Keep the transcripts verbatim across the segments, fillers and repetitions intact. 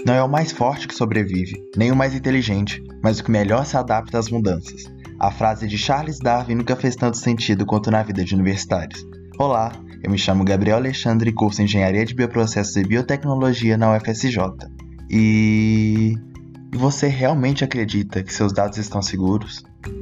Não é o mais forte que sobrevive, nem o mais inteligente, mas o que melhor se adapta às mudanças. A frase de Charles Darwin nunca fez tanto sentido quanto na vida de universitários. Olá, eu me chamo Gabriel Alexandre e curso Engenharia de Bioprocessos e Biotecnologia na U F S J. E... você realmente acredita que seus dados estão seguros?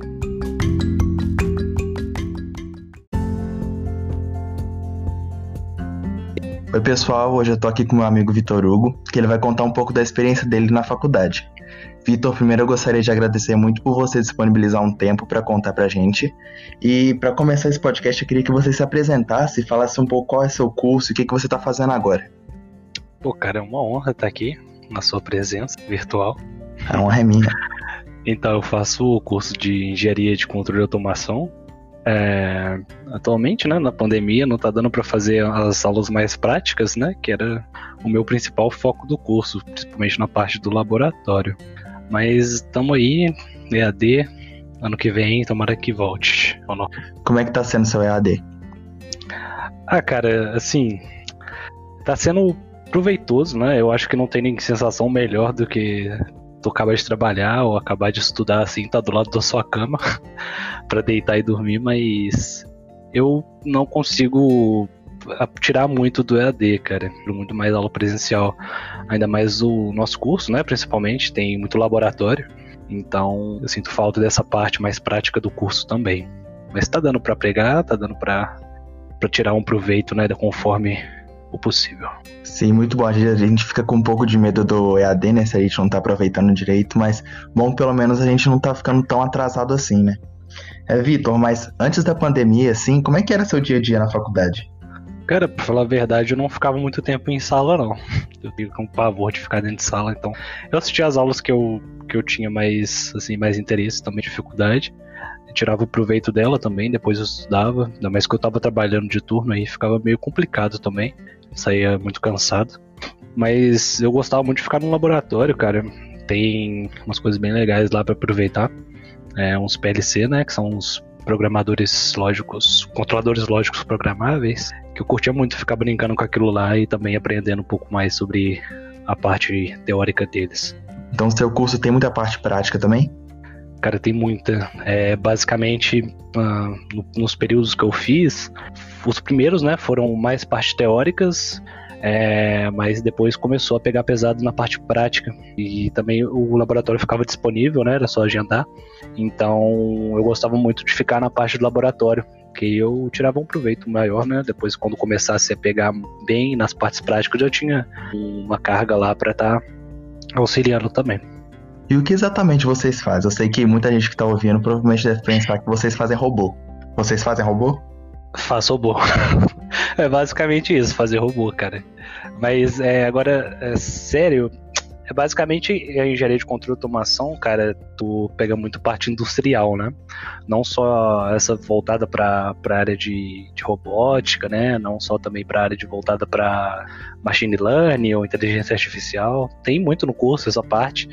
Oi pessoal, hoje eu tô aqui com meu amigo Vitor Hugo, que ele vai contar um pouco da experiência dele na faculdade. Vitor, primeiro eu gostaria de agradecer muito por você disponibilizar um tempo para contar pra gente. E para começar esse podcast, eu queria que você se apresentasse e falasse um pouco qual é seu curso e o que, que você tá fazendo agora. Pô, cara, é uma honra estar aqui na sua presença virtual. A honra é minha. Então, eu faço o curso de Engenharia de Controle e Automação. É, atualmente, né, na pandemia, não tá dando para fazer as aulas mais práticas, né, que era o meu principal foco do curso, principalmente na parte do laboratório. Mas estamos aí, E A D, ano que vem, tomara que volte. Ou não. Como é que tá sendo seu E A D? Ah, cara, assim, tá sendo proveitoso, né, eu acho que não tem nem sensação melhor do que tu acabar de trabalhar ou acabar de estudar assim, tá do lado da sua cama pra deitar e dormir, mas eu não consigo tirar muito do E A D, cara, muito mais aula presencial, ainda mais o nosso curso, né, principalmente, tem muito laboratório, então eu sinto falta dessa parte mais prática do curso também, mas tá dando pra pregar, tá dando pra, pra tirar um proveito, né, conforme o possível. Sim, muito bom. A gente fica com um pouco de medo do E A D, né, se a gente não tá aproveitando direito, mas bom, pelo menos a gente não tá ficando tão atrasado assim, né. É, Vitor, mas antes da pandemia, assim, como é que era seu dia a dia na faculdade? Cara, pra falar a verdade, eu não ficava muito tempo em sala, não. Eu fico com pavor de ficar dentro de sala, então eu assistia as aulas que eu, que eu tinha mais, assim, mais interesse, também dificuldade. Eu tirava o proveito dela também, depois eu estudava, ainda mais que eu tava trabalhando de turno, aí ficava meio complicado também. Saía muito cansado, mas eu gostava muito de ficar no laboratório, cara. Tem umas coisas bem legais lá para aproveitar, é, uns P L C, né, que são uns programadores lógicos, controladores lógicos programáveis, que eu curtia muito ficar brincando com aquilo lá e também aprendendo um pouco mais sobre a parte teórica deles. Então seu curso tem muita parte prática também? Cara, tem muita. É, basicamente, uh, no, nos períodos que eu fiz, os primeiros, né, foram mais partes teóricas, é, mas depois começou a pegar pesado na parte prática. E também o laboratório ficava disponível, né, era só agendar. Então eu gostava muito de ficar na parte do laboratório, que eu tirava um proveito maior, né? Depois, quando começasse a pegar bem nas partes práticas, eu tinha uma carga lá para estar tá auxiliando também. E o que exatamente vocês fazem? Eu sei que muita gente que tá ouvindo provavelmente deve pensar que vocês fazem robô. Vocês fazem robô? Faço robô. É basicamente isso, fazer robô, cara. Mas é, agora, é, sério, é basicamente a engenharia de controle e automação, cara, tu pega muito parte industrial, né? Não só essa voltada para a área de, de robótica, né? Não só também para a área de voltada para machine learning ou inteligência artificial. Tem muito no curso essa parte,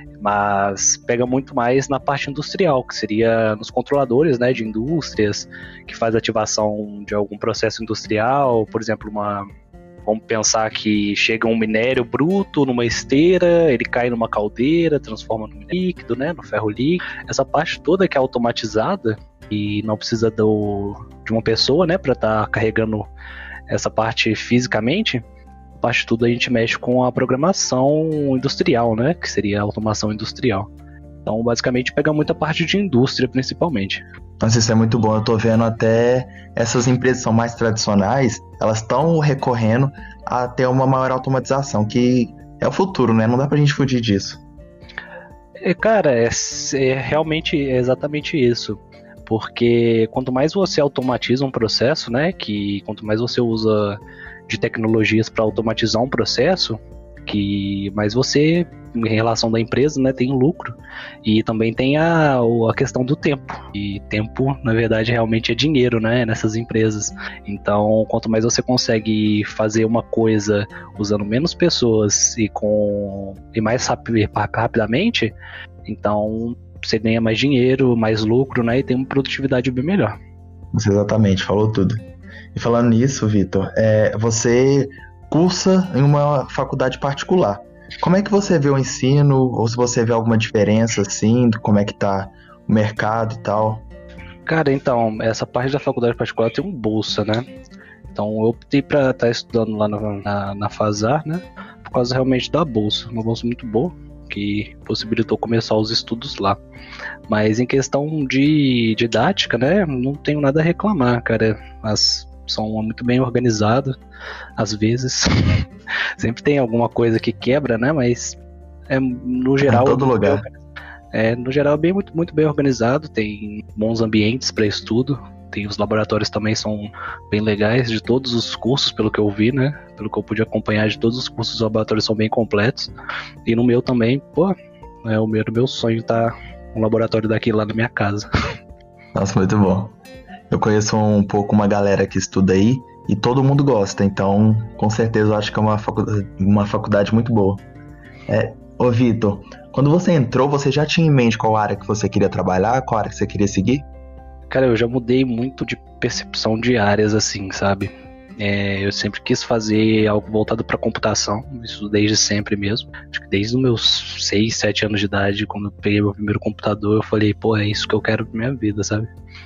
mas pega muito mais na parte industrial, que seria nos controladores, né, de indústrias, que faz ativação de algum processo industrial, por exemplo, uma... vamos pensar que chega um minério bruto numa esteira, ele cai numa caldeira, transforma no minério líquido, né, no ferro líquido. Essa parte toda que é automatizada e não precisa do, de uma pessoa, né, para estar tá carregando essa parte fisicamente, a parte toda a gente mexe com a programação industrial, né, que seria a automação industrial. Então, basicamente, pega muita parte de indústria, principalmente. Nossa, isso é muito bom. Eu tô vendo até essas empresas que são mais tradicionais, elas estão recorrendo a ter uma maior automatização, que é o futuro, né? Não dá pra gente fugir disso. É, cara, é, é realmente é exatamente isso. Porque quanto mais você automatiza um processo, né? Que quanto mais você usa de tecnologias para automatizar um processo, que mais você, em relação da empresa, né, tem um lucro. E também tem a, a questão do tempo. E tempo, na verdade, realmente é dinheiro, né, nessas empresas. Então, quanto mais você consegue fazer uma coisa usando menos pessoas e, com, e mais rapi, rapidamente, então você ganha mais dinheiro, mais lucro, né, e tem uma produtividade bem melhor. Você exatamente, falou tudo. E falando nisso, Vitor, é, você cursa em uma faculdade particular. Como é que você vê o ensino, ou se você vê alguma diferença, assim, do como é que tá o mercado e tal? Cara, então, essa parte da faculdade particular tem um bolsa, né? Então eu optei pra estar estudando lá na, na, na Fazar, né? Por causa realmente da bolsa. Uma bolsa muito boa, que possibilitou começar os estudos lá. Mas em questão de didática, né? Não tenho nada a reclamar, cara. As são muito bem organizadas, às vezes. Sempre tem alguma coisa que quebra, né? Mas é, no geral... Em todo muito lugar. bem, é, no geral, bem, muito, muito bem organizado. Tem bons ambientes para estudo. Tem os laboratórios também são bem legais de todos os cursos, pelo que eu vi, né? Pelo que eu pude acompanhar de todos os cursos, os laboratórios são bem completos. E no meu também, pô, é o meu, meu sonho tá um laboratório daquele lá na minha casa. Nossa, muito bom. Eu conheço um pouco uma galera que estuda aí e todo mundo gosta, então com certeza eu acho que é uma faculdade, uma faculdade muito boa. É, ô Vitor, quando você entrou, você já tinha em mente qual área que você queria trabalhar, qual área que você queria seguir? Cara, eu já mudei muito de percepção de áreas, assim, sabe? É, eu sempre quis fazer algo voltado para computação, isso desde sempre mesmo. Acho que desde os meus seis, sete anos de idade, quando eu peguei meu primeiro computador, eu falei, pô, é isso que eu quero pra minha vida, sabe?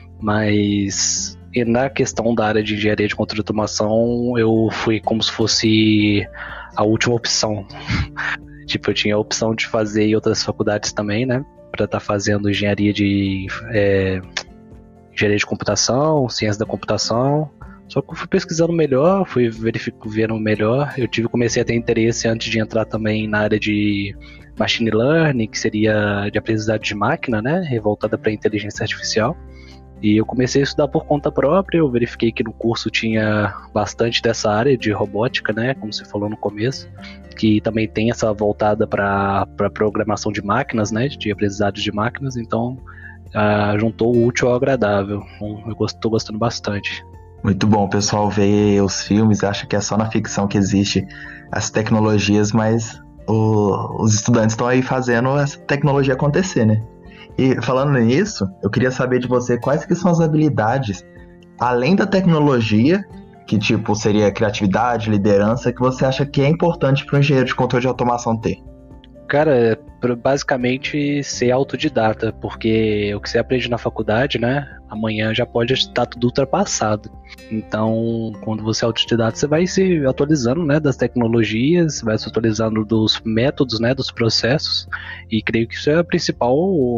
Mas e na questão da área de engenharia de controle de automação, eu fui como se fosse a última opção. Tipo, eu tinha a opção de fazer em outras faculdades também, né? Pra estar fazendo engenharia de... É, engenharia de computação, ciência da computação. Só que eu fui pesquisando melhor, fui verificando melhor. Eu tive, comecei a ter interesse antes de entrar também na área de machine learning, que seria de aprendizado de máquina, né, revoltada para inteligência artificial. E eu comecei a estudar por conta própria. Eu verifiquei que no curso tinha bastante dessa área de robótica, né, como você falou no começo, que também tem essa voltada para para programação de máquinas, né, de aprendizado de máquinas. Então Uh, juntou o útil ao agradável. Eu estou gostando bastante. Muito bom, o pessoal vê os filmes e acha que é só na ficção que existe as tecnologias, mas o, os estudantes estão aí fazendo essa tecnologia acontecer, né? E falando nisso, eu queria saber de você quais que são as habilidades, além da tecnologia, que tipo seria criatividade, liderança, que você acha que é importante para o engenheiro de controle de automação ter? Cara, basicamente ser autodidata, porque o que você aprende na faculdade, né, amanhã já pode estar tudo ultrapassado. Então, quando você é autodidata, você vai se atualizando, né, das tecnologias, vai se atualizando dos métodos, né, dos processos, e creio que isso é a principal,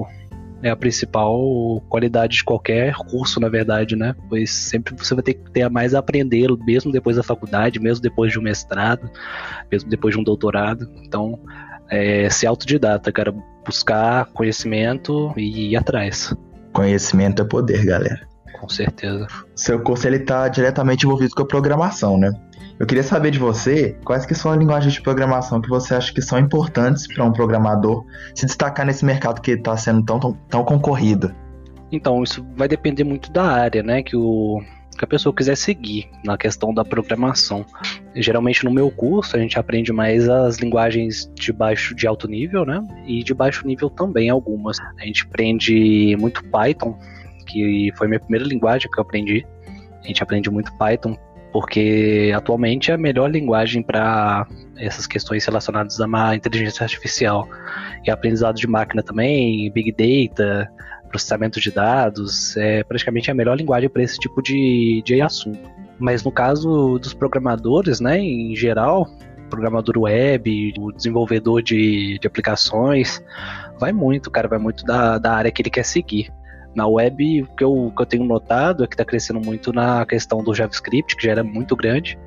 é a principal qualidade de qualquer curso, na verdade, né, pois sempre você vai ter que ter a mais a aprender, mesmo depois da faculdade, mesmo depois de um mestrado, mesmo depois de um doutorado. Então, É, ser autodidata, cara, buscar conhecimento e ir atrás. Conhecimento é poder, galera. Com certeza. Seu curso ele tá diretamente envolvido com a programação, né? Eu queria saber de você quais que são as linguagens de programação que você acha que são importantes para um programador se destacar nesse mercado que está sendo tão, tão, tão concorrido. Então, isso vai depender muito da área, né, que o que a pessoa quiser seguir na questão da programação. Geralmente no meu curso a gente aprende mais as linguagens de baixo, de alto nível, né? E de baixo nível também algumas. A gente aprende muito Python, que foi a minha primeira linguagem que eu aprendi. A gente aprende muito Python porque atualmente é a melhor linguagem para essas questões relacionadas à inteligência artificial. E aprendizado de máquina também, Big Data, processamento de dados, é praticamente a melhor linguagem para esse tipo de, de assunto. Mas no caso dos programadores, né, em geral, programador web, o desenvolvedor de, de aplicações, vai muito, cara, vai muito da, da área que ele quer seguir. Na web, o que eu, que eu tenho notado é que está crescendo muito na questão do JavaScript, que já era muito grande,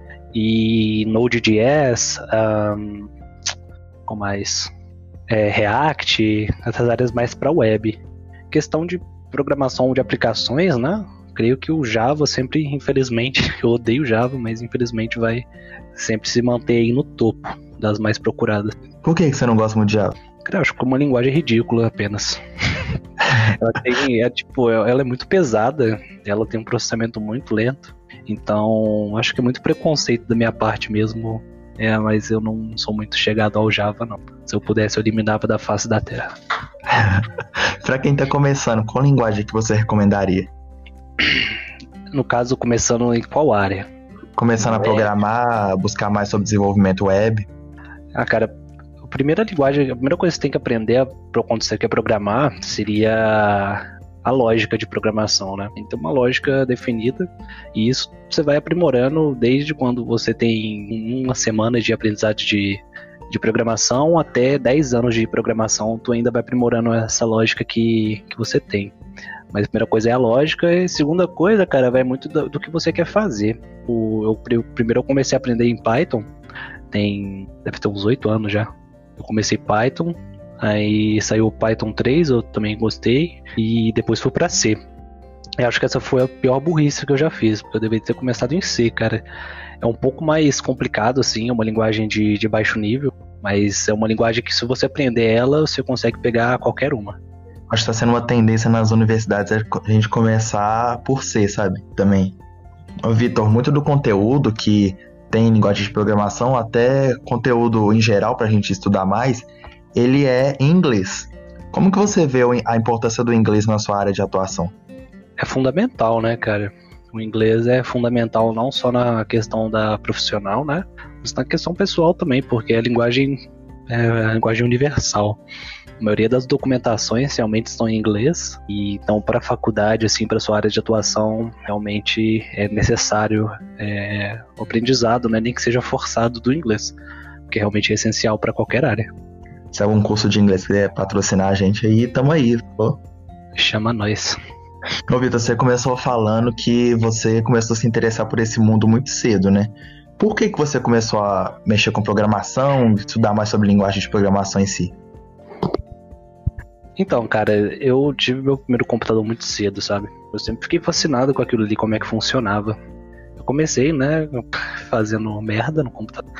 e Node.js, um, com mais é, React, essas áreas mais para web. Questão de programação de aplicações, né? Creio que o Java sempre, infelizmente, eu odeio Java, mas infelizmente vai sempre se manter aí no topo das mais procuradas. Por que você não gosta muito de Java? Cara, eu acho que é uma linguagem ridícula apenas. ela, tem, é, tipo, ela é muito pesada, ela tem um processamento muito lento, então acho que é muito preconceito da minha parte mesmo. É, mas eu não sou muito chegado ao Java, não. Se eu pudesse, eu eliminava da face da Terra. Pra quem tá começando, qual linguagem que você recomendaria? No caso, começando em qual área? Começando a programar, buscar mais sobre desenvolvimento web. Ah, cara, primeira linguagem, a primeira coisa que você tem que aprender quando você quer programar seria a lógica de programação, né? Tem que ter uma lógica definida e isso você vai aprimorando desde quando você tem uma semana de aprendizado de, de programação até dez anos de programação, tu ainda vai aprimorando essa lógica que, que você tem. Mas a primeira coisa é a lógica e a segunda coisa, cara, vai muito do, do que você quer fazer. O, eu, eu, primeiro eu comecei a aprender em Python, tem, deve ter uns oito anos já. Eu comecei Python, aí saiu o Python três, eu também gostei, e depois fui pra C. Eu acho que essa foi a pior burrice que eu já fiz, porque eu deveria ter começado em C, cara. É um pouco mais complicado, assim, é uma linguagem de, de baixo nível, mas é uma linguagem que se você aprender ela, você consegue pegar qualquer uma. Acho que está sendo uma tendência nas universidades a gente começar por C, sabe? Também. Vitor, muito do conteúdo que tem em linguagem de programação, até conteúdo em geral para a gente estudar mais, ele é em inglês. Como que você vê a importância do inglês na sua área de atuação? É fundamental, né, cara? O inglês é fundamental não só na questão da profissional, né? Mas na questão pessoal também, porque a linguagem é a linguagem universal. A maioria das documentações realmente estão em inglês, e então para a faculdade, assim, para sua área de atuação, realmente é necessário é, o aprendizado, né? Nem que seja forçado do inglês, porque realmente é essencial para qualquer área. Se algum curso de inglês quiser patrocinar a gente aí, tamo aí, pô. Chama nós. Ô Vitor, você começou falando que você começou a se interessar por esse mundo muito cedo, né? Por que que você começou a mexer com programação, estudar mais sobre linguagem de programação em si? Então, cara, eu tive meu primeiro computador muito cedo, sabe? Eu sempre fiquei fascinado com aquilo ali, como é que funcionava. Eu comecei, né, fazendo merda no computador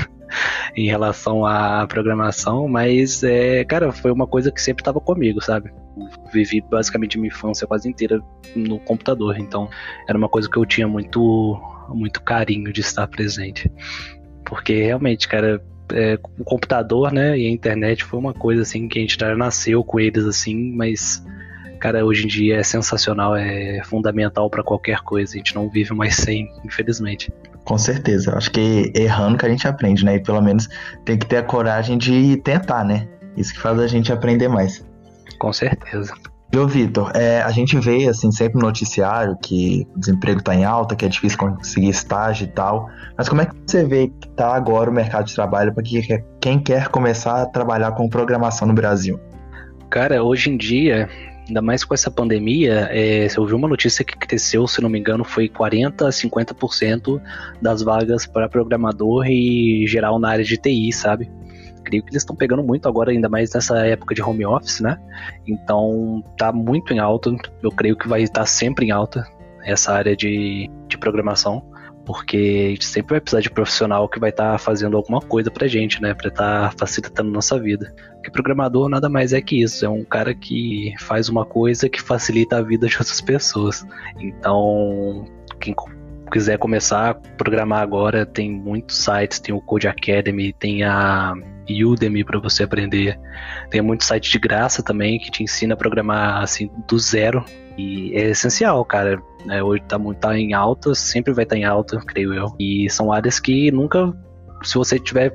em relação à programação, mas, é, cara, foi uma coisa que sempre estava comigo, sabe? Eu vivi basicamente minha infância quase inteira no computador, então era uma coisa que eu tinha muito, muito carinho de estar presente. Porque realmente, cara, é, o computador, né, e a internet foi uma coisa assim que a gente já nasceu com eles assim, mas, cara, hoje em dia é sensacional, é fundamental para qualquer coisa, a gente não vive mais sem, infelizmente. Com certeza, acho que errando que a gente aprende, né, e pelo menos tem que ter a coragem de tentar, né, isso que faz a gente aprender mais. Com certeza. Viu, Vitor, é, a gente vê, assim, sempre no noticiário que o desemprego tá em alta, que é difícil conseguir estágio e tal, mas como é que você vê que tá agora o mercado de trabalho para quem quer começar a trabalhar com programação no Brasil? Cara, hoje em dia, ainda mais com essa pandemia, é, eu vi uma notícia que cresceu, se não me engano, foi quarenta a cinquenta por cento das vagas para programador e geral na área de T I, sabe? Creio que eles estão pegando muito agora, ainda mais nessa época de home office, né? Então tá muito em alta, eu creio que vai estar sempre em alta essa área de, de programação, porque a gente sempre vai precisar de profissional que vai estar fazendo alguma coisa pra gente, né? Pra estar facilitando nossa vida. Porque programador nada mais é que isso, é um cara que faz uma coisa que facilita a vida de outras pessoas. Então, quem quiser começar a programar agora, tem muitos sites, tem o Code Academy, tem a Udemy para você aprender, tem muitos sites de graça também que te ensina a programar assim do zero, e é essencial, cara, é, hoje tá, muito, tá em alta, sempre vai estar em alta, creio eu, e são áreas que nunca, se você tiver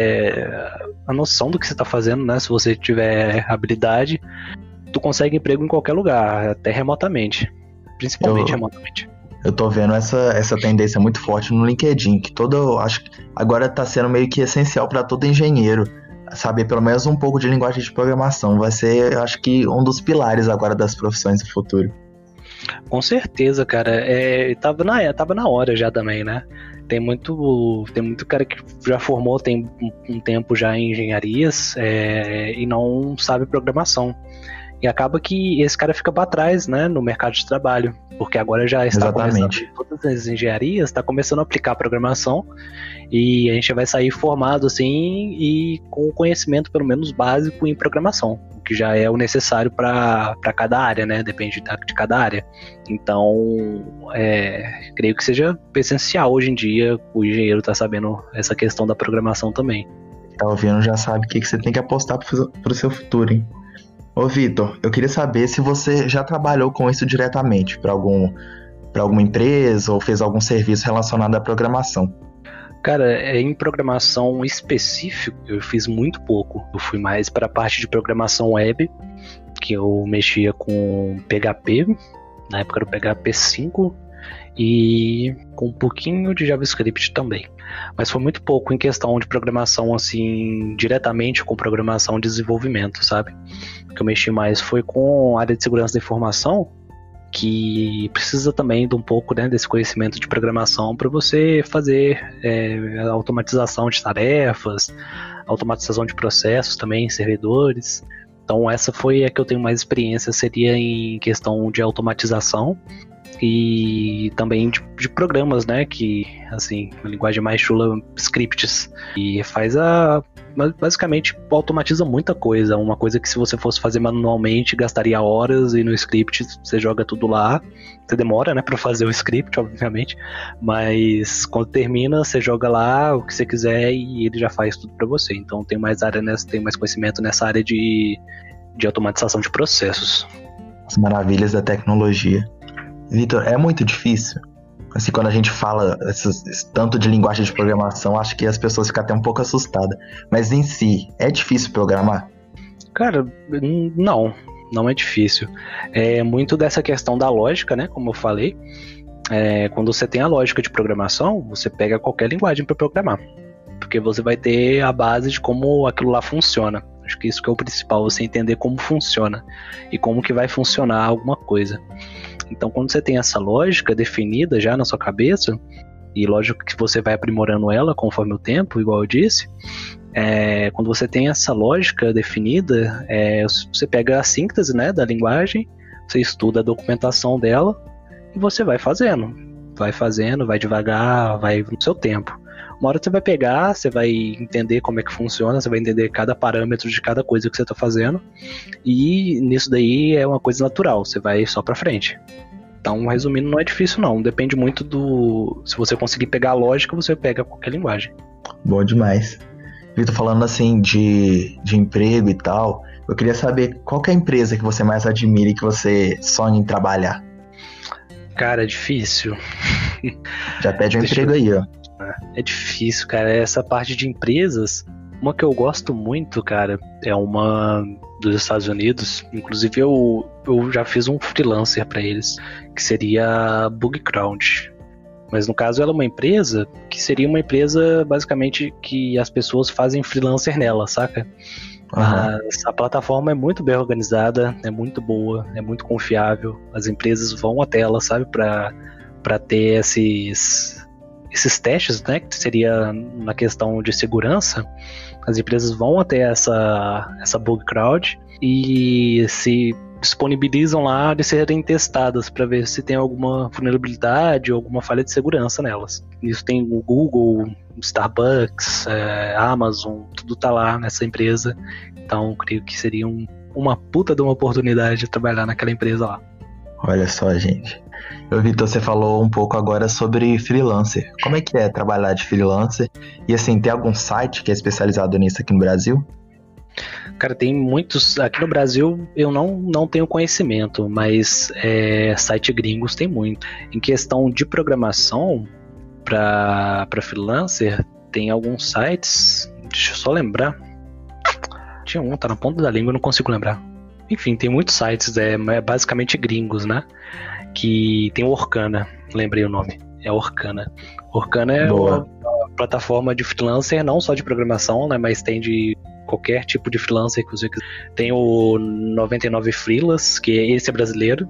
é, a noção do que você tá fazendo, né, se você tiver habilidade, tu consegue emprego em qualquer lugar, até remotamente, principalmente eu... remotamente. Eu tô vendo essa, essa tendência muito forte no LinkedIn, que todo, acho que agora tá sendo meio que essencial para todo engenheiro saber pelo menos um pouco de linguagem de programação. Vai ser, acho que, um dos pilares agora das profissões do futuro. Com certeza, cara. É, tava, na, tava na hora já também, né? Tem muito, tem muito cara que já formou, tem um, um tempo já em engenharias é, e não sabe programação. E acaba que esse cara fica para trás, né, no mercado de trabalho, porque agora já está Exatamente. começando, todas as engenharias está começando a aplicar programação e a gente vai sair formado assim e com conhecimento pelo menos básico em programação, o que já é o necessário para cada área, né, depende da, de cada área. Então, é, creio que seja essencial hoje em dia o engenheiro estar tá sabendo essa questão da programação também. Tá ouvindo, já sabe o que, que você tem que apostar para o seu futuro, hein? Ô Vitor, eu queria saber se você já trabalhou com isso diretamente para algum, para alguma empresa ou fez algum serviço relacionado à programação. Cara, em programação específica, eu fiz muito pouco. Eu fui mais para a parte de programação web, que eu mexia com P H P, na época do P H P cinco, e com um pouquinho de JavaScript também. Mas foi muito pouco em questão de programação, assim, diretamente com programação de desenvolvimento, sabe? O que eu mexi mais foi com a área de segurança da informação, que precisa também de um pouco, né, desse conhecimento de programação para você fazer é, a automatização de tarefas, automatização de processos também, servidores. Então essa foi a que eu tenho mais experiência, seria em questão de automatização e também de, de programas, né, que, assim, a linguagem mais chula, scripts, e faz a, basicamente automatiza muita coisa, uma coisa que se você fosse fazer manualmente gastaria horas, e no script você joga tudo lá, você demora, né, para fazer o script, obviamente, mas quando termina você joga lá o que você quiser e ele já faz tudo para você. Então tem mais área nessa, tem mais conhecimento nessa área de, de automatização de processos. As maravilhas da tecnologia. Vitor, é muito difícil. Assim, quando a gente fala esses, esse tanto de linguagem de programação, acho que as pessoas ficam até um pouco assustadas. Mas em si, é difícil programar? Cara, não, não é difícil. É muito dessa questão da lógica, né? Como eu falei. É, quando você tem a lógica de programação, você pega qualquer linguagem para programar. Porque você vai ter a base de como aquilo lá funciona. Acho que isso que é o principal, você entender como funciona e como que vai funcionar alguma coisa. Então, quando você tem essa lógica definida já na sua cabeça, e lógico que você vai aprimorando ela conforme o tempo, igual eu disse, é, quando você tem essa lógica definida, é, você pega a síntese, né, da linguagem, você estuda a documentação dela e você vai fazendo. Vai fazendo, vai devagar, vai no seu tempo. Uma hora você vai pegar, você vai entender como é que funciona, você vai entender cada parâmetro de cada coisa que você está fazendo, e nisso daí é uma coisa natural, você vai só para frente. Então, resumindo, não é difícil não, depende muito do... Se você conseguir pegar a lógica, você pega qualquer linguagem. Bom demais. Vitor, falando assim de, de emprego e tal, eu queria saber qual que é a empresa que você mais admira e que você sonha em trabalhar? Cara, é difícil. Já pede um Deixa emprego eu... aí, ó. É difícil, cara. Essa parte de empresas, uma que eu gosto muito, cara, é uma dos Estados Unidos. Inclusive, eu, eu já fiz um freelancer pra eles, que seria a Bugcrowd. Mas no caso, ela é uma empresa que seria uma empresa, basicamente, que as pessoas fazem freelancer nela, saca? Uhum. Mas a plataforma é muito bem organizada, é muito boa, é muito confiável. As empresas vão até ela, sabe, pra, pra ter esses... esses testes, né, que seria na questão de segurança. As empresas vão até essa, essa Bugcrowd e se disponibilizam lá de serem testadas para ver se tem alguma vulnerabilidade ou alguma falha de segurança nelas. Isso tem o Google, Starbucks, é, Amazon, tudo tá lá nessa empresa. Então, creio que seria um, uma puta de uma oportunidade de trabalhar naquela empresa lá. Olha só, gente. Eu, Vitor, você falou um pouco agora sobre freelancer. Como é que é trabalhar de freelancer? E assim, tem algum site que é especializado nisso aqui no Brasil? Cara, tem muitos... Aqui no Brasil eu não, não tenho conhecimento, mas é, site gringos tem muito. Em questão de programação para freelancer, tem alguns sites... Deixa eu só lembrar. Tinha um, tá na ponta da língua, eu não consigo lembrar. Enfim, tem muitos sites, é, basicamente gringos, né? Que tem o Orkana, lembrei o nome, é Orkana. Orkana é uma, uma plataforma de freelancer, não só de programação, né, mas tem de qualquer tipo de freelancer que você quiser. Tem o noventa e nove Freelas, que esse é brasileiro,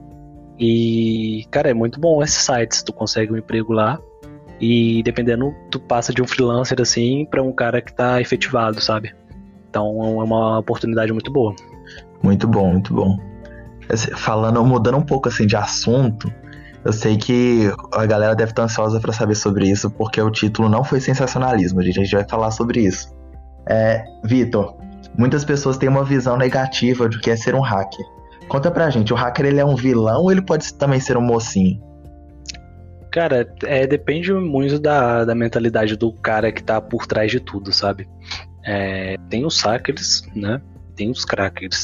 e, cara, é muito bom esses sites, tu consegue um emprego lá, e dependendo, tu passa de um freelancer, assim, pra um cara que tá efetivado, sabe? Então é uma oportunidade muito boa. Muito bom, muito bom. Falando, mudando um pouco assim de assunto, eu sei que a galera deve estar ansiosa para saber sobre isso, porque o título não foi sensacionalismo, a gente, a gente vai falar sobre isso. É, Vitor, muitas pessoas têm uma visão negativa do que é ser um hacker. Conta pra gente, o hacker ele é um vilão ou ele pode também ser um mocinho? Cara, é, depende muito da, da mentalidade do cara que tá por trás de tudo, sabe? É, tem os hackers, né? Tem os crackers.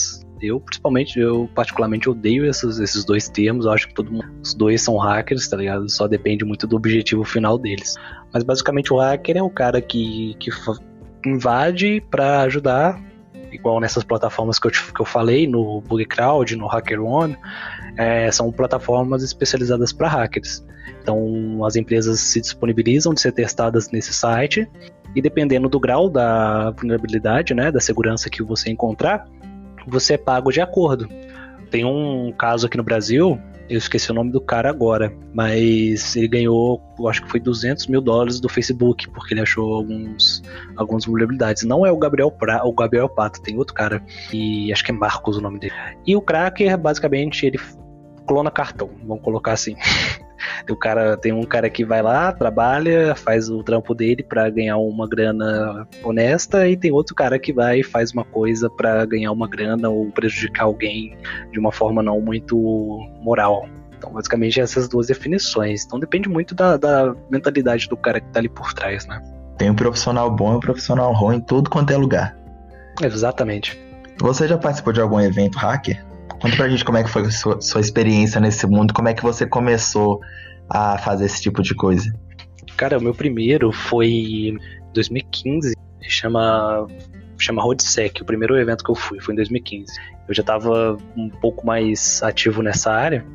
Eu, principalmente, eu particularmente odeio esses, esses dois termos. Eu acho que todo mundo, os dois são hackers, tá ligado? Só depende muito do objetivo final deles. Mas basicamente o hacker é o cara que, que invade pra ajudar, igual nessas plataformas que eu, que eu falei, no BugCrowd, no HackerOne, é, são plataformas especializadas para hackers. Então as empresas se disponibilizam de ser testadas nesse site e dependendo do grau da vulnerabilidade, né, da segurança que você encontrar, você é pago de acordo. Tem um caso aqui no Brasil, eu esqueci o nome do cara agora, mas ele ganhou, eu acho que foi duzentos mil dólares do Facebook, porque ele achou alguns, algumas vulnerabilidades. Não é o Gabriel, pra, o Gabriel Pato, tem outro cara, e acho que é Marcos o nome dele. E o cracker, basicamente, ele clona cartão, vamos colocar assim. O cara, tem um cara que vai lá, trabalha, faz o trampo dele pra ganhar uma grana honesta, e tem outro cara que vai e faz uma coisa pra ganhar uma grana ou prejudicar alguém de uma forma não muito moral. Então, basicamente, essas duas definições. Então, depende muito da, da mentalidade do cara que tá ali por trás, né? Tem um profissional bom e um profissional ruim em tudo quanto é lugar. Exatamente. Você já participou de algum evento hacker? Conta pra gente como é que foi a sua, sua experiência nesse mundo, como é que você começou a fazer esse tipo de coisa. Cara, o meu primeiro foi em dois mil e quinze, chama, chama RoadSec, o primeiro evento que eu fui, foi em dois mil e quinze. Eu já estava um pouco mais ativo nessa área,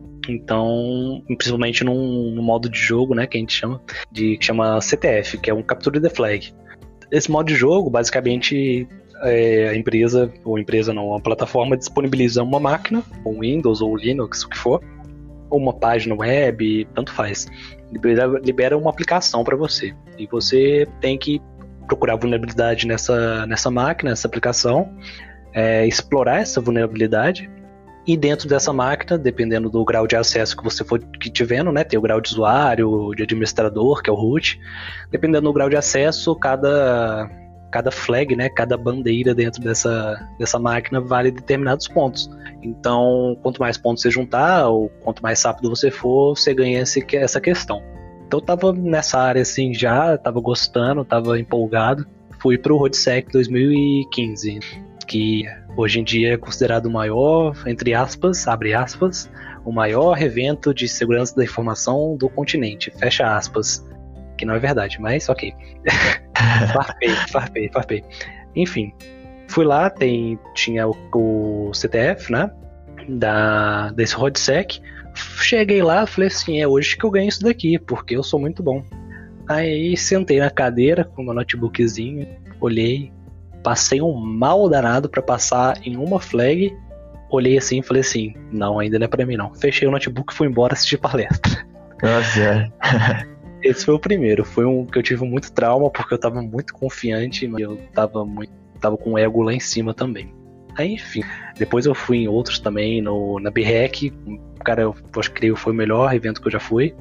então, principalmente num, num modo de jogo, né, que a gente chama, de, que chama C T F, que é um Capture the Flag. Esse modo de jogo, basicamente, é, a empresa, ou empresa não, a plataforma disponibiliza uma máquina, ou Windows ou Linux, o que for, ou uma página web, tanto faz. Libera, libera uma aplicação para você. E você tem que procurar vulnerabilidade nessa, nessa máquina, nessa aplicação, é, explorar essa vulnerabilidade. E dentro dessa máquina, dependendo do grau de acesso que você for que tiver, né, tem o grau de usuário, de administrador, que é o root. Dependendo do grau de acesso, cada, cada flag, né, cada bandeira dentro dessa, dessa máquina vale determinados pontos. Então, quanto mais pontos você juntar, ou quanto mais rápido você for, você ganha esse, essa questão. Então, eu tava nessa área assim já, tava gostando, tava empolgado. Fui pro RoadSec dois mil e quinze, que hoje em dia é considerado o maior, entre aspas, abre aspas, o maior evento de segurança da informação do continente, fecha aspas, que não é verdade, mas ok. farpei, farpei, farpei. Enfim, fui lá, tem, tinha o, o C T F, né, da, desse RoadSec, cheguei lá, falei assim, é hoje que eu ganho isso daqui, porque eu sou muito bom. Aí sentei na cadeira com meu notebookzinho, olhei, passei um mal danado pra passar em uma flag, olhei assim e falei assim, não, ainda não é pra mim não. Fechei o notebook e fui embora assistir palestra. Nossa. Esse foi o primeiro, foi um que eu tive muito trauma porque eu tava muito confiante, mas eu tava, muito, tava com o ego lá em cima também. Aí, enfim, depois eu fui em outros também, no, na B REC, cara, eu acho que foi o melhor evento que eu já fui,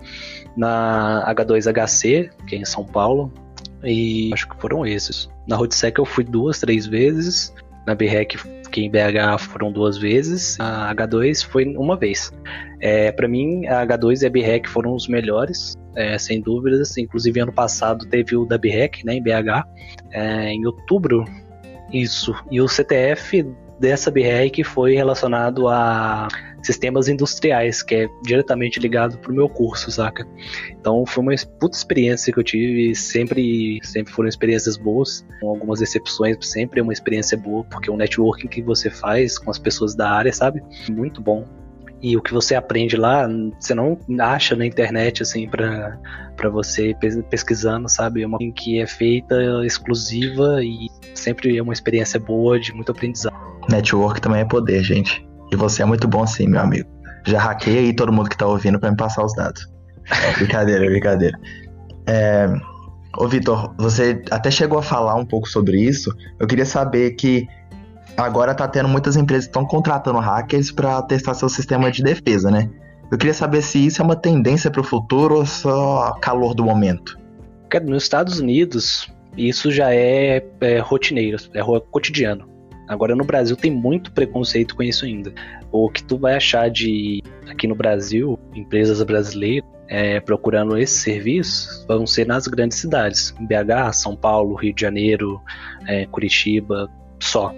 na H dois H C, que é em São Paulo, e acho que foram esses. Na RoadSec eu fui duas, três vezes, na B REC, que em B H foram duas vezes, a H dois foi uma vez. É, pra mim, a H dois e a B REC foram os melhores, é, sem dúvidas, inclusive ano passado teve o da B REC, né, em B H, é, em outubro, isso, e o C T F dessa B REC foi relacionado a sistemas industriais, que é diretamente ligado pro meu curso, saca? Então foi uma puta experiência que eu tive, sempre, sempre foram experiências boas, com algumas exceções, sempre é uma experiência boa, porque o networking que você faz com as pessoas da área, sabe? Muito bom. E o que você aprende lá, você não acha na internet, assim, pra, pra você pesquisando, sabe? É uma coisa que é feita exclusiva e sempre é uma experiência boa, de muito aprendizado. Network também é poder, gente. E você é muito bom sim, meu amigo. Já hackei aí todo mundo que tá ouvindo pra me passar os dados. É, brincadeira, brincadeira. É... Ô, Vitor, você até chegou a falar um pouco sobre isso. Eu queria saber que agora tá tendo muitas empresas que estão contratando hackers para testar seu sistema de defesa, né? Eu queria saber se isso é uma tendência para o futuro ou só calor do momento. Cara, nos Estados Unidos, isso já é, é rotineiro, é cotidiano. Agora no Brasil tem muito preconceito com isso ainda. O que tu vai achar de, aqui no Brasil, empresas brasileiras é, procurando esses serviços, vão ser nas grandes cidades. B H, São Paulo, Rio de Janeiro, é, Curitiba, só.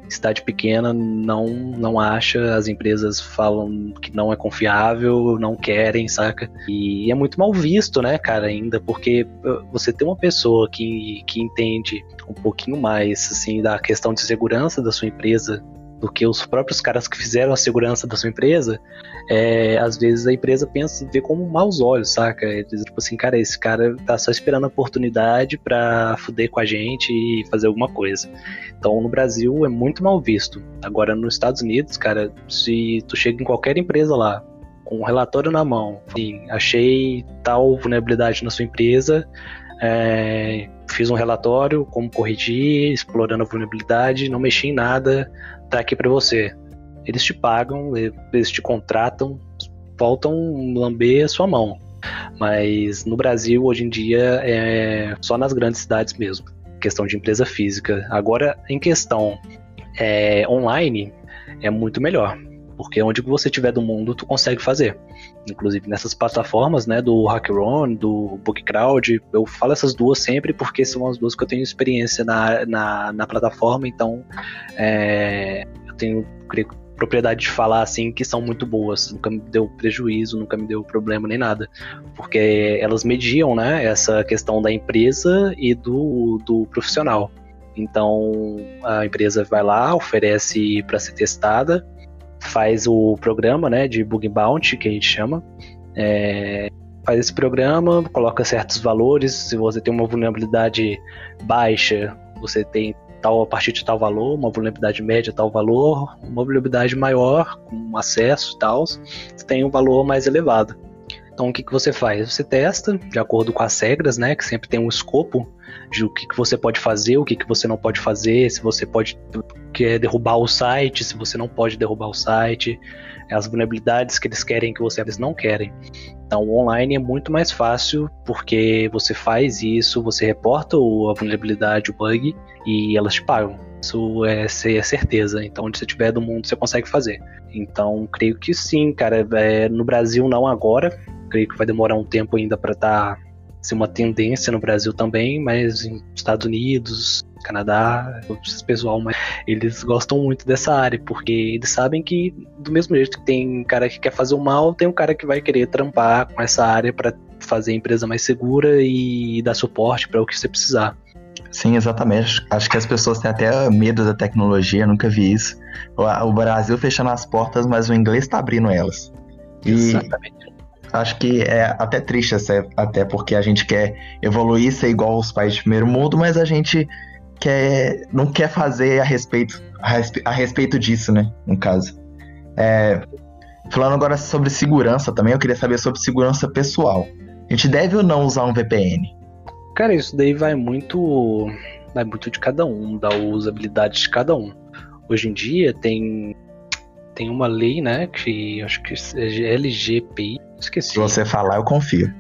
cidade pequena não, não acha, as empresas falam que não é confiável, não querem, saca? E é muito mal visto, né, cara, ainda, porque você tem uma pessoa que, que entende um pouquinho mais, assim, da questão de segurança da sua empresa do que os próprios caras que fizeram a segurança da sua empresa, é, às vezes a empresa pensa, vê como maus olhos, saca? Eles, tipo assim, cara, esse cara tá só esperando a oportunidade pra fuder com a gente e fazer alguma coisa. Então, no Brasil é muito mal visto. Agora, nos Estados Unidos, cara, se tu chega em qualquer empresa lá, com um relatório na mão, assim, achei tal vulnerabilidade na sua empresa, é, fiz um relatório, como corrigir, explorando a vulnerabilidade, não mexi em nada, tá aqui pra você. Eles te pagam, eles te contratam, voltam lamber a sua mão. Mas no Brasil, hoje em dia, é só nas grandes cidades mesmo, questão de empresa física. Agora, em questão é, online, é muito melhor, porque onde você estiver do mundo, tu consegue fazer. Inclusive nessas plataformas, né, do HackerOne, do BookCrowd, eu falo essas duas sempre porque são as duas que eu tenho experiência na, na, na plataforma, então é, eu tenho creio, propriedade de falar assim que são muito boas, nunca me deu prejuízo, nunca me deu problema nem nada, porque elas mediam, né, essa questão da empresa e do, do profissional. Então a empresa vai lá, oferece para ser testada, faz o programa, né, de bug bounty, que a gente chama, é, faz esse programa, coloca certos valores, se você tem uma vulnerabilidade baixa, você tem tal, a partir de tal valor, uma vulnerabilidade média tal valor, uma vulnerabilidade maior, com acesso e tal, você tem um valor mais elevado. Então o que, que você faz? Você testa de acordo com as regras, né, que sempre tem um escopo de o que, que você pode fazer, o que, que você não pode fazer, se você pode quer derrubar o site, se você não pode derrubar o site, as vulnerabilidades que eles querem que você eles não querem. Então o online é muito mais fácil porque você faz isso, você reporta a vulnerabilidade, o bug, e elas te pagam. Isso é, é certeza. Então onde você estiver do mundo você consegue fazer. Então creio que sim, cara. É, no Brasil não agora. Creio que vai demorar um tempo ainda para estar tá, ser uma tendência no Brasil também, mas em Estados Unidos, Canadá, esse pessoal, mas eles gostam muito dessa área, porque eles sabem que do mesmo jeito que tem cara que quer fazer o mal, tem um cara que vai querer trampar com essa área para fazer a empresa mais segura e dar suporte para o que você precisar. Sim, exatamente. Acho que as pessoas têm até medo da tecnologia, nunca vi isso. O Brasil fechando as portas, mas o inglês está abrindo elas. E exatamente. Acho que é até triste, até porque a gente quer evoluir, ser igual aos países de primeiro mundo, mas a gente quer, não quer fazer a respeito, a respeito, a respeito disso, né, no caso. É, falando agora sobre segurança também, eu queria saber sobre segurança pessoal. A gente deve ou não usar um V P N? Cara, isso daí vai muito, vai muito de cada um, da usabilidade de cada um. Hoje em dia tem... Tem uma lei, né, que acho que é L G P D, esqueci. Se você falar, eu confio.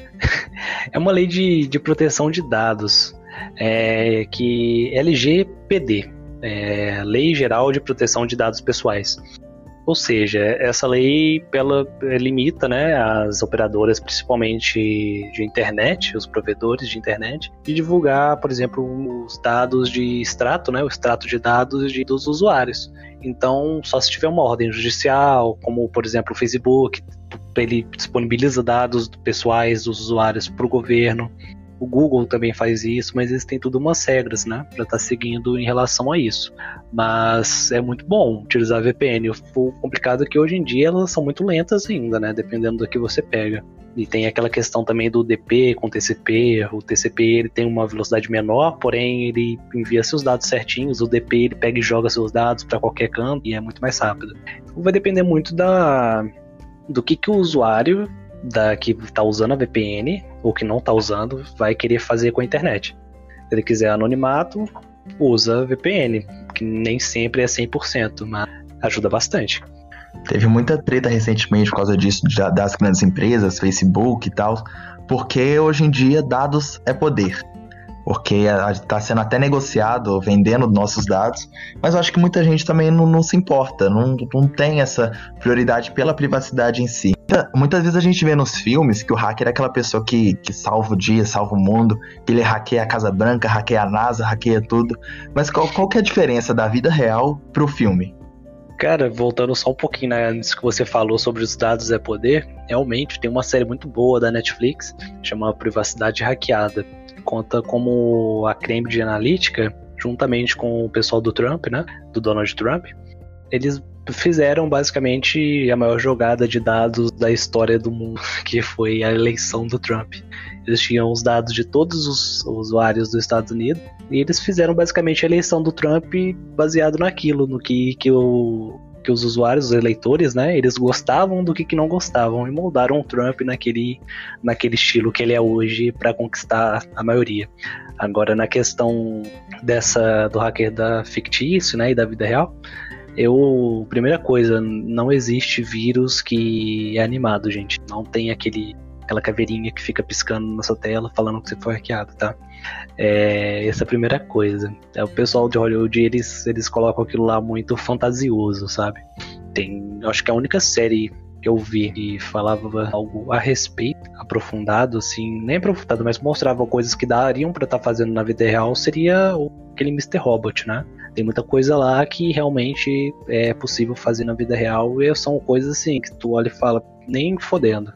É uma lei de, de proteção de dados, é, que L G P D, é, Lei Geral de Proteção de Dados Pessoais. Ou seja, essa lei ela limita, né, as operadoras, principalmente de internet, os provedores de internet, de divulgar, por exemplo, os dados de extrato, né, o extrato de dados de, dos usuários. Então, só se tiver uma ordem judicial, como, por exemplo, o Facebook, ele disponibiliza dados pessoais dos usuários para o governo. O Google também faz isso, mas eles têm tudo umas regras, né, para estar tá seguindo em relação a isso. Mas é muito bom utilizar V P N. O complicado é que hoje em dia elas são muito lentas ainda, né, dependendo do que você pega. E tem aquela questão também do D P com T C P. O T C P ele tem uma velocidade menor, porém ele envia seus dados certinhos. O D P ele pega e joga seus dados para qualquer canto e é muito mais rápido. Vai depender muito da, do que, que o usuário da, que está usando a V P N ou que não está usando vai querer fazer com a internet. Se ele quiser anonimato, usa V P N, que nem sempre é cem por cento, mas ajuda bastante. Teve muita treta recentemente por causa disso, das grandes empresas, Facebook e tal, porque hoje em dia dados é poder. Porque está sendo até negociado, vendendo nossos dados, mas eu acho que muita gente também não, não se importa, não, não tem essa prioridade pela privacidade em si. Muitas vezes a gente vê nos filmes que o hacker é aquela pessoa que, que salva o dia, salva o mundo, que ele hackeia a Casa Branca, hackeia a NASA, hackeia tudo. Mas qual, qual que é a diferença da vida real pro filme? Cara, voltando só um pouquinho, né, antes que você falou sobre os dados é poder, realmente tem uma série muito boa da Netflix, chama Privacidade Hackeada. Conta como a Cambridge Analytica, juntamente com o pessoal do Trump, né, do Donald Trump, eles fizeram basicamente a maior jogada de dados da história do mundo, que foi a eleição do Trump. Eles tinham os dados de todos os usuários dos Estados Unidos e eles fizeram basicamente a eleição do Trump baseado naquilo, no que, que, o, que os usuários, os eleitores, né, eles gostavam do que, que não gostavam e moldaram o Trump naquele, naquele estilo que ele é hoje para conquistar a maioria. Agora, na questão dessa do hacker da fictício, né, e da vida real, eu, primeira coisa, não existe vírus que é animado, gente. Não tem aquele, aquela caveirinha que fica piscando na sua tela falando que você foi hackeado, tá? É, essa é a primeira coisa. É, o pessoal de Hollywood, eles, eles colocam aquilo lá muito fantasioso, sabe? Tem, eu acho que a única série que eu vi que falava algo a respeito, aprofundado, assim, nem aprofundado, mas mostrava coisas que dariam pra estar fazendo na vida real, seria aquele mister Robot, né? Tem muita coisa lá que realmente é possível fazer na vida real e são coisas assim que tu olha e fala, nem fodendo.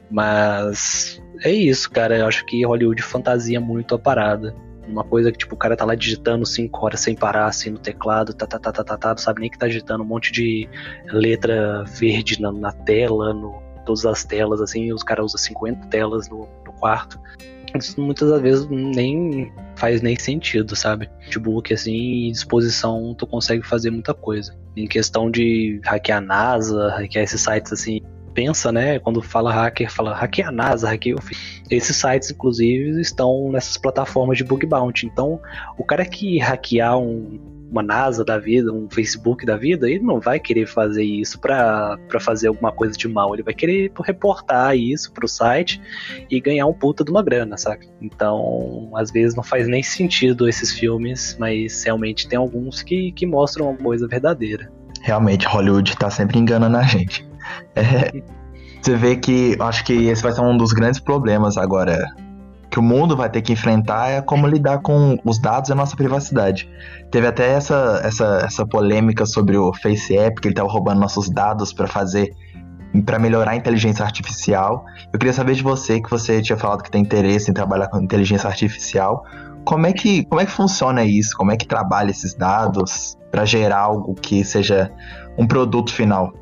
Mas é isso, cara. Eu acho que Hollywood fantasia muito a parada. Uma coisa que tipo o cara tá lá digitando cinco horas sem parar assim no teclado, tá, tá, tá, tá, tá, tá, não sabe nem que tá digitando um monte de letra verde na, na tela, no todas as telas assim, e os caras usam cinquenta telas no, no quarto. Isso muitas das vezes nem faz nem sentido, sabe? Notebook, assim, e disposição, tu consegue fazer muita coisa. Em questão de hackear a NASA, hackear esses sites, assim, pensa, né? Quando fala hacker, fala hackear a NASA, hackear o... Esses sites, inclusive, estão nessas plataformas de bug bounty. Então, o cara que hackear um, uma NASA da vida, um Facebook da vida, ele não vai querer fazer isso pra, pra fazer alguma coisa de mal. Ele vai querer reportar isso pro site e ganhar um puta de uma grana, sabe? Então, às vezes não faz nem sentido esses filmes, mas realmente tem alguns que, que mostram uma coisa verdadeira. Realmente, Hollywood tá sempre enganando a gente. É, você vê que, acho que esse vai ser um dos grandes problemas agora que o mundo vai ter que enfrentar, é como lidar com os dados e a nossa privacidade. Teve até essa, essa, essa polêmica sobre o FaceApp, que ele estava roubando nossos dados para fazer, para melhorar a inteligência artificial. Eu queria saber de você, que você tinha falado que tem interesse em trabalhar com inteligência artificial. Como é que, como é que funciona isso? Como é que trabalha esses dados para gerar algo que seja um produto final?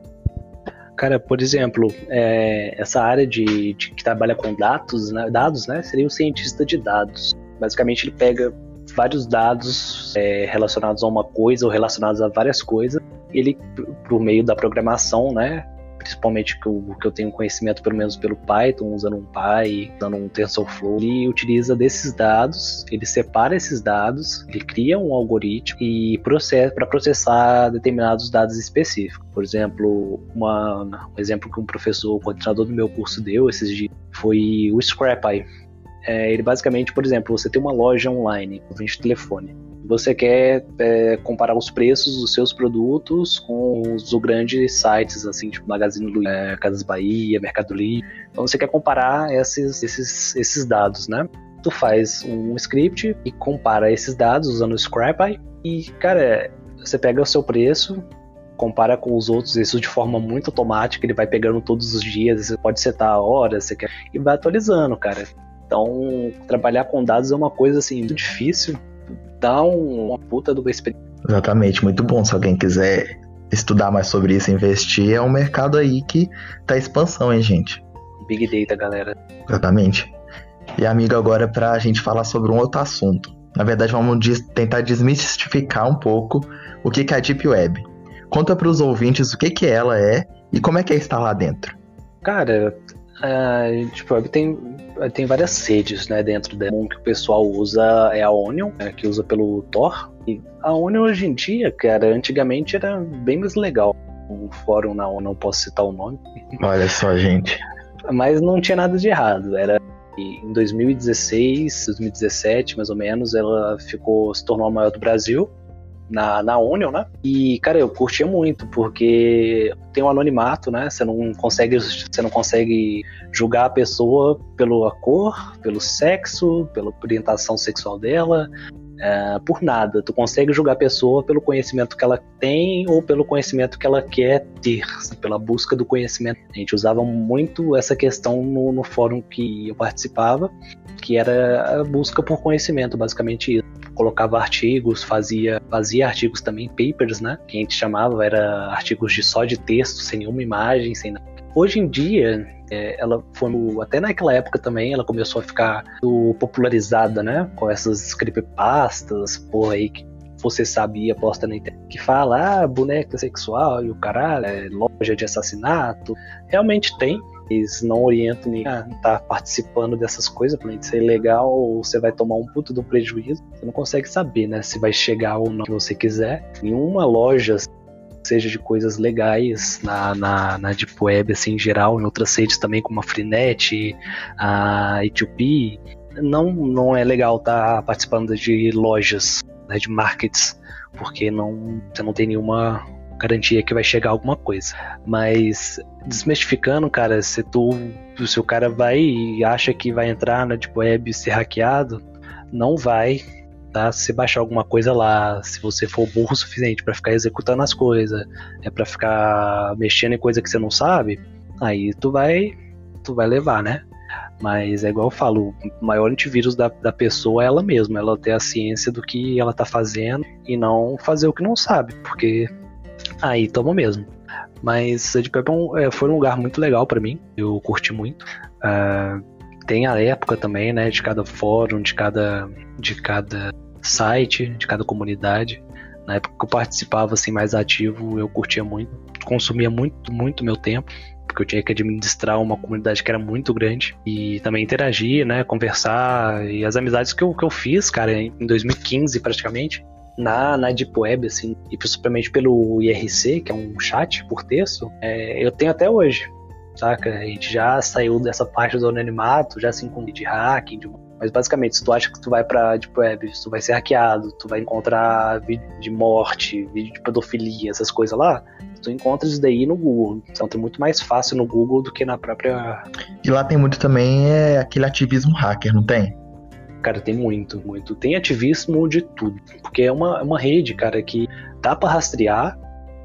Cara, por exemplo, é, essa área de, de que trabalha com dados, né, dados, né, seria um cientista de dados. Basicamente, ele pega vários dados é, relacionados a uma coisa ou relacionados a várias coisas. Ele, por meio da programação, né, principalmente que eu, que eu tenho conhecimento pelo menos pelo Python, usando um Py, usando um TensorFlow, ele utiliza desses dados, ele separa esses dados, ele cria um algoritmo e processa para processar determinados dados específicos. Por exemplo, uma, um exemplo que um professor, o coordenador do meu curso deu esses dias foi o ScrapEye. É, ele basicamente, por exemplo, você tem uma loja online, vende telefone. Você quer é, comparar os preços dos seus produtos com os grandes sites, assim, tipo Magazine Luiza, é, Casas Bahia, Mercado Livre. Então você quer comparar esses, esses, esses dados, né? Tu faz um script e compara esses dados usando o ScrapEye e, cara, você pega o seu preço, compara com os outros, isso de forma muito automática, ele vai pegando todos os dias, você pode setar a hora, você quer, e vai atualizando, cara. Então, trabalhar com dados é uma coisa, assim, muito difícil, dá um, uma puta de uma experiência. Exatamente, muito bom. Se alguém quiser estudar mais sobre isso, investir, é um mercado aí que tá em expansão, hein, gente? Big Data, galera. Exatamente. E, amigo, agora pra gente falar sobre um outro assunto. Na verdade, vamos des- tentar desmistificar um pouco o que, que é a Deep Web. Conta pros ouvintes o que, que ela é e como é que é estar lá dentro. Cara, a Deep Web tem, tem várias redes, né, dentro dela. Um que o pessoal usa é a Onion, né, que usa pelo Tor. E a Onion hoje em dia, cara, antigamente era bem mais legal. Um fórum na Onion, não posso citar o nome. Olha só, gente. Mas não tinha nada de errado. Era em dois mil e dezesseis, dois mil e dezessete, mais ou menos, ela ficou, se tornou a maior do Brasil. na, na Onion, né? E, cara, eu curtia muito, porque tem um anonimato, né? Você não consegue, você não consegue julgar a pessoa pela cor, pelo sexo, pela orientação sexual dela, é, por nada. Tu consegue julgar a pessoa pelo conhecimento que ela tem ou pelo conhecimento que ela quer ter, pela busca do conhecimento. A gente usava muito essa questão no, no fórum que eu participava, que era a busca por conhecimento, basicamente isso. Colocava artigos, fazia, fazia artigos também, papers, né? Que a gente chamava, era artigos de só de texto, sem nenhuma imagem, sem nada. Hoje em dia, é, ela foi, até naquela época também, ela começou a ficar popularizada, né? Com essas creepypastas, porra aí que você sabia, posta na internet, que fala, ah, boneca sexual e o caralho, é loja de assassinato. Realmente tem. Eles não orientam nem a estar participando dessas coisas, além de ser ilegal, ou você vai tomar um puto do prejuízo. Você não consegue saber, né, se vai chegar ou não que você quiser. Nenhuma loja, seja de coisas legais, na, na, na Deep Web, assim, em geral, em outras redes também, como a Freenet, a E dois P, não, não é legal estar participando de lojas, né, de markets, porque não, você não tem nenhuma garantia que vai chegar alguma coisa. Mas desmistificando, cara, se tu, se o cara vai e acha que vai entrar na Deep Web e ser hackeado, não vai, tá? Se você baixar alguma coisa lá, se você for burro o suficiente para ficar executando as coisas, é para ficar mexendo em coisa que você não sabe, aí tu vai, tu vai levar, né? Mas é igual eu falo, o maior antivírus da, da pessoa é ela mesma, ela ter a ciência do que ela tá fazendo e não fazer o que não sabe, porque aí toma mesmo. Mas a Deep Web é, foi um lugar muito legal pra mim, eu curti muito. Uh, tem a época também, né, de cada fórum, de cada, de cada site, de cada comunidade. Na época que eu participava assim, mais ativo, eu curtia muito, consumia muito, muito meu tempo, porque eu tinha que administrar uma comunidade que era muito grande e também interagir, né, conversar. E as amizades que eu, que eu fiz, cara, em dois mil e quinze praticamente, Na, na Deep Web, assim, e principalmente pelo I R C, que é um chat por texto, é, eu tenho até hoje, saca? A gente já saiu dessa parte do anonimato, já assim, com de hacking, de... mas basicamente, se tu acha que tu vai pra Deep Web, tu vai ser hackeado, tu vai encontrar vídeo de morte, vídeo de pedofilia, essas coisas lá, tu encontra isso daí no Google. Então é muito mais fácil no Google do que na própria... E lá tem muito também é, aquele ativismo hacker, não tem? Cara, tem muito, muito. Tem ativismo de tudo. Porque é uma, uma rede, cara, que dá pra rastrear.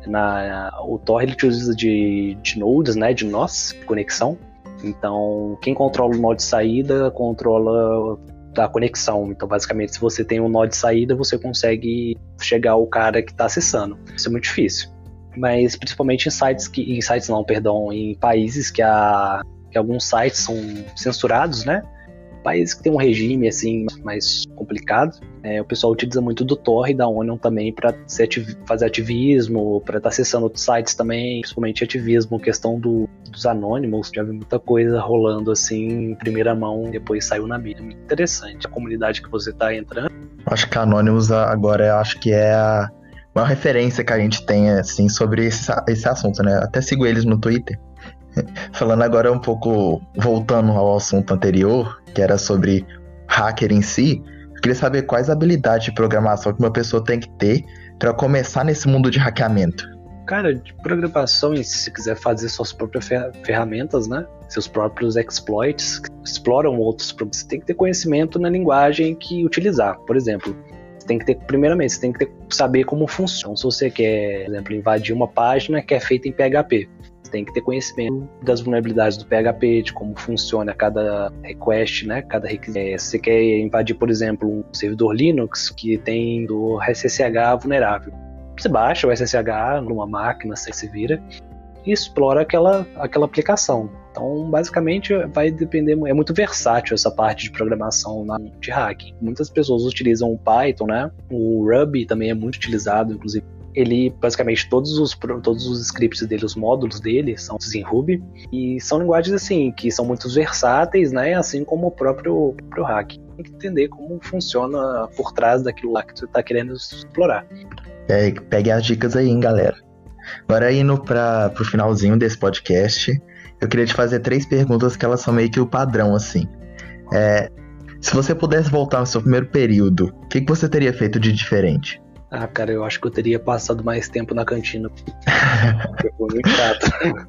Na, o Tor, ele utiliza de, de nodes, né, de nós, de conexão. Então, quem controla o nó de saída, controla a conexão. Então, basicamente, se você tem um nó de saída, você consegue chegar ao cara que tá acessando. Isso é muito difícil. Mas, principalmente em sites, que, em sites não, perdão, em países que, a, que alguns sites são censurados, né? Países que tem um regime assim mais complicado, é, o pessoal utiliza muito do Tor e da Onion também para ativ- fazer ativismo, para estar tá acessando outros sites também, principalmente ativismo, questão do, dos anônimos. Já vi muita coisa rolando assim em primeira mão, depois saiu na mídia. Muito interessante a comunidade que você está entrando. Acho que a Anonymous agora eu acho que é a maior referência que a gente tem assim, sobre esse, esse assunto, né? Até sigo eles no Twitter. Falando agora um pouco, voltando ao assunto anterior, que era sobre hacker em si, eu queria saber quais habilidades de programação que uma pessoa tem que ter para começar nesse mundo de hackeamento. Cara, de programação, se você quiser fazer suas próprias ferramentas, né? Seus próprios exploits, que exploram outros problemas, você tem que ter conhecimento na linguagem que utilizar. Por exemplo, você tem que ter, primeiramente, você tem que ter, saber como funciona. Se você quer, por exemplo, invadir uma página que é feita em P H P, tem que ter conhecimento das vulnerabilidades do P H P, de como funciona cada request, né? Cada requisito. É, se você quer invadir, por exemplo, um servidor Linux que tem do S S H vulnerável, você baixa o S S H numa máquina, você se vira e explora aquela, aquela aplicação. Então, basicamente, vai depender, é muito versátil essa parte de programação na, de hacking. Muitas pessoas utilizam o Python, né? O Ruby também é muito utilizado, inclusive. Ele, basicamente, todos os, todos os scripts dele, os módulos dele, são em Ruby. E são linguagens, assim, que são muito versáteis, né? Assim como o próprio, o próprio hack. Tem que entender como funciona por trás daquilo lá que você está querendo explorar. É, pegue as dicas aí, hein, galera. Agora, indo para o finalzinho desse podcast, eu queria te fazer três perguntas que elas são meio que o padrão, assim. É, se você pudesse voltar no seu primeiro período, o que, que você teria feito de diferente? Ah, cara, eu acho que eu teria passado mais tempo na cantina. Foi muito chato.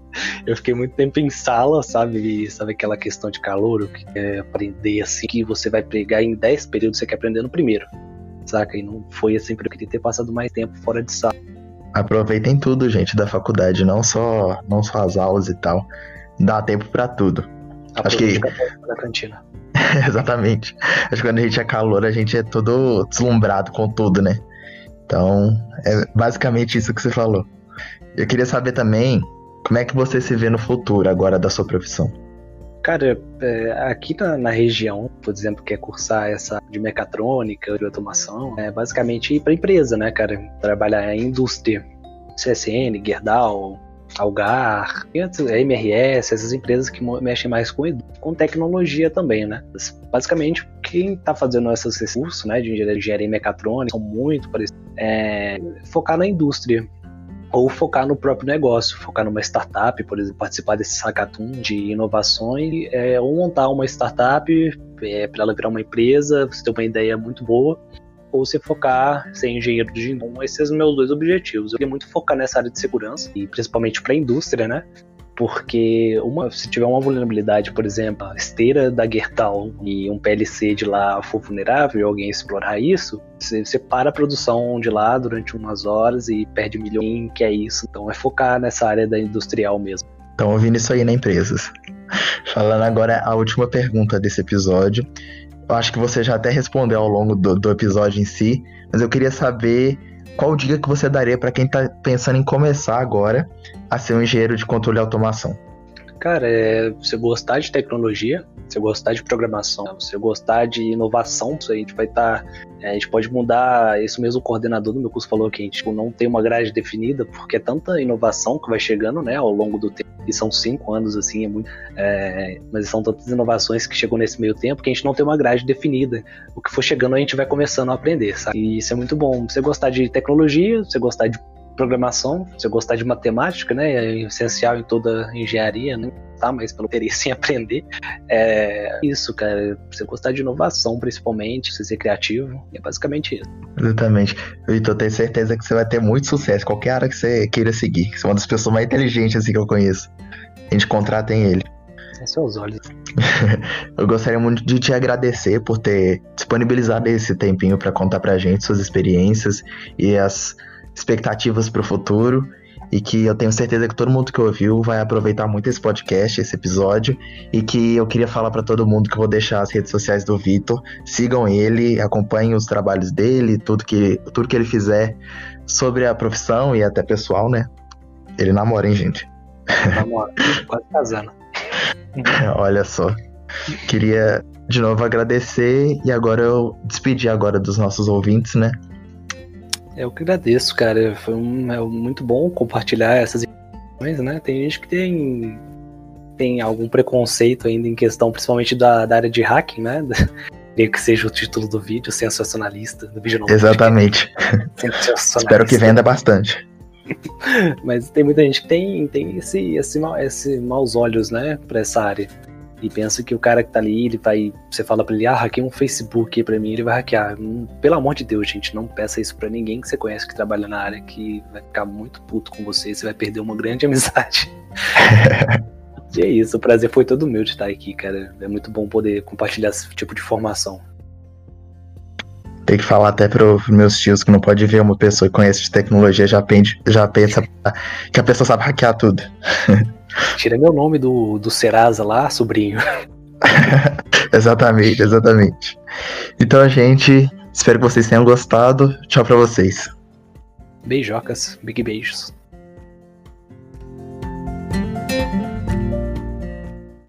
Eu fiquei muito tempo em sala, sabe? Sabe aquela questão de calor, que é aprender assim, que você vai pegar em dez períodos, você quer aprender no primeiro, saca? E não foi assim, porque eu queria ter passado mais tempo fora de sala. Aproveitem tudo, gente, da faculdade, não só, não só as aulas e tal. Dá tempo pra tudo. Acho que... na cantina. Exatamente. Acho que quando a gente é calor, a gente é todo deslumbrado com tudo, né? Então, é basicamente isso que você falou. Eu queria saber também como é que você se vê no futuro agora da sua profissão. Cara, é, aqui na, na região, por exemplo, quer cursar essa de mecatrônica, de automação, é basicamente ir para empresa, né, cara? Trabalhar em indústria, C S N, Gerdau, Algar, M R S, essas empresas que mexem mais com, com tecnologia também, né? Basicamente, quem está fazendo esses cursos, né, de engenharia mecatrônica, são muito parecidos, é focar na indústria, ou focar no próprio negócio, focar numa startup, por exemplo, participar desses hackathon de inovações, é, ou montar uma startup é, para ela virar uma empresa, você ter uma ideia muito boa, ou se focar, ser engenheiro de então, esses são os meus dois objetivos. Eu queria muito focar nessa área de segurança, e principalmente para a indústria, né? Porque uma, se tiver uma vulnerabilidade, por exemplo, a esteira da Gerdau e um P L C de lá for vulnerável e alguém explorar isso, você, você para a produção de lá durante umas horas e perde milhões, que é isso. Então é focar nessa área da industrial mesmo. Estão ouvindo isso aí, né, empresas? Falando agora a última pergunta desse episódio. Eu acho que você já até respondeu ao longo do, do episódio em si, mas eu queria saber qual dica que você daria para quem está pensando em começar agora a ser um engenheiro de controle e automação. Cara, é você gostar de tecnologia, você gostar de programação, você gostar de inovação, isso aí a gente vai estar, tá, é, a gente pode mudar, isso mesmo o coordenador do meu curso falou que a gente tipo, não tem uma grade definida, porque é tanta inovação que vai chegando, né, ao longo do tempo, e são cinco anos, assim, é muito, é, mas são tantas inovações que chegam nesse meio tempo que a gente não tem uma grade definida, o que for chegando a gente vai começando a aprender, sabe? E isso é muito bom, você gostar de tecnologia, você gostar de programação, se você gostar de matemática, né, é essencial em toda engenharia, né, tá, mas pelo interesse em aprender, é isso, cara, você gostar de inovação principalmente, você ser criativo, é basicamente isso. Exatamente. Vitor, eu tenho certeza que você vai ter muito sucesso, qualquer área que você queira seguir, você é uma das pessoas mais inteligentes assim que eu conheço, a gente contrata em ele. São seus olhos. Eu gostaria muito de te agradecer por ter disponibilizado esse tempinho para contar pra gente suas experiências e as expectativas para o futuro, e que eu tenho certeza que todo mundo que ouviu vai aproveitar muito esse podcast, esse episódio, e que eu queria falar para todo mundo que eu vou deixar as redes sociais do Vitor, sigam ele, acompanhem os trabalhos dele, tudo que, tudo que ele fizer sobre a profissão e até pessoal, né? Ele namora, hein, gente? Namora, quase casando. Olha só, queria de novo agradecer, e agora eu despedir agora dos nossos ouvintes, né? Eu que agradeço, cara. Foi um, é muito bom compartilhar essas informações, né? Tem gente que tem, tem algum preconceito ainda em questão, principalmente da, da área de hacking, né? Queria que seja o título do vídeo, sensacionalista. Do vídeo não, exatamente. Sensacionalista. Espero que venda bastante. Mas tem muita gente que tem, tem esse, esse, esse maus olhos, né? Pra essa área. E pensa que o cara que tá ali, ele vai... Você fala pra ele, ah, hackeia um Facebook aí pra mim, ele vai hackear. Pelo amor de Deus, gente, não peça isso pra ninguém que você conhece que trabalha na área, que vai ficar muito puto com você, você vai perder uma grande amizade. E é isso, o prazer foi todo meu de estar aqui, cara. É muito bom poder compartilhar esse tipo de informação. Tem que falar até pros meus tios que não pode ver uma pessoa que conhece de tecnologia, já, pende, já pensa que a pessoa sabe hackear tudo. Tira meu nome do, do Serasa lá, sobrinho. Exatamente, exatamente. Então, gente, espero que vocês tenham gostado. Tchau pra vocês. Beijocas, big beijos.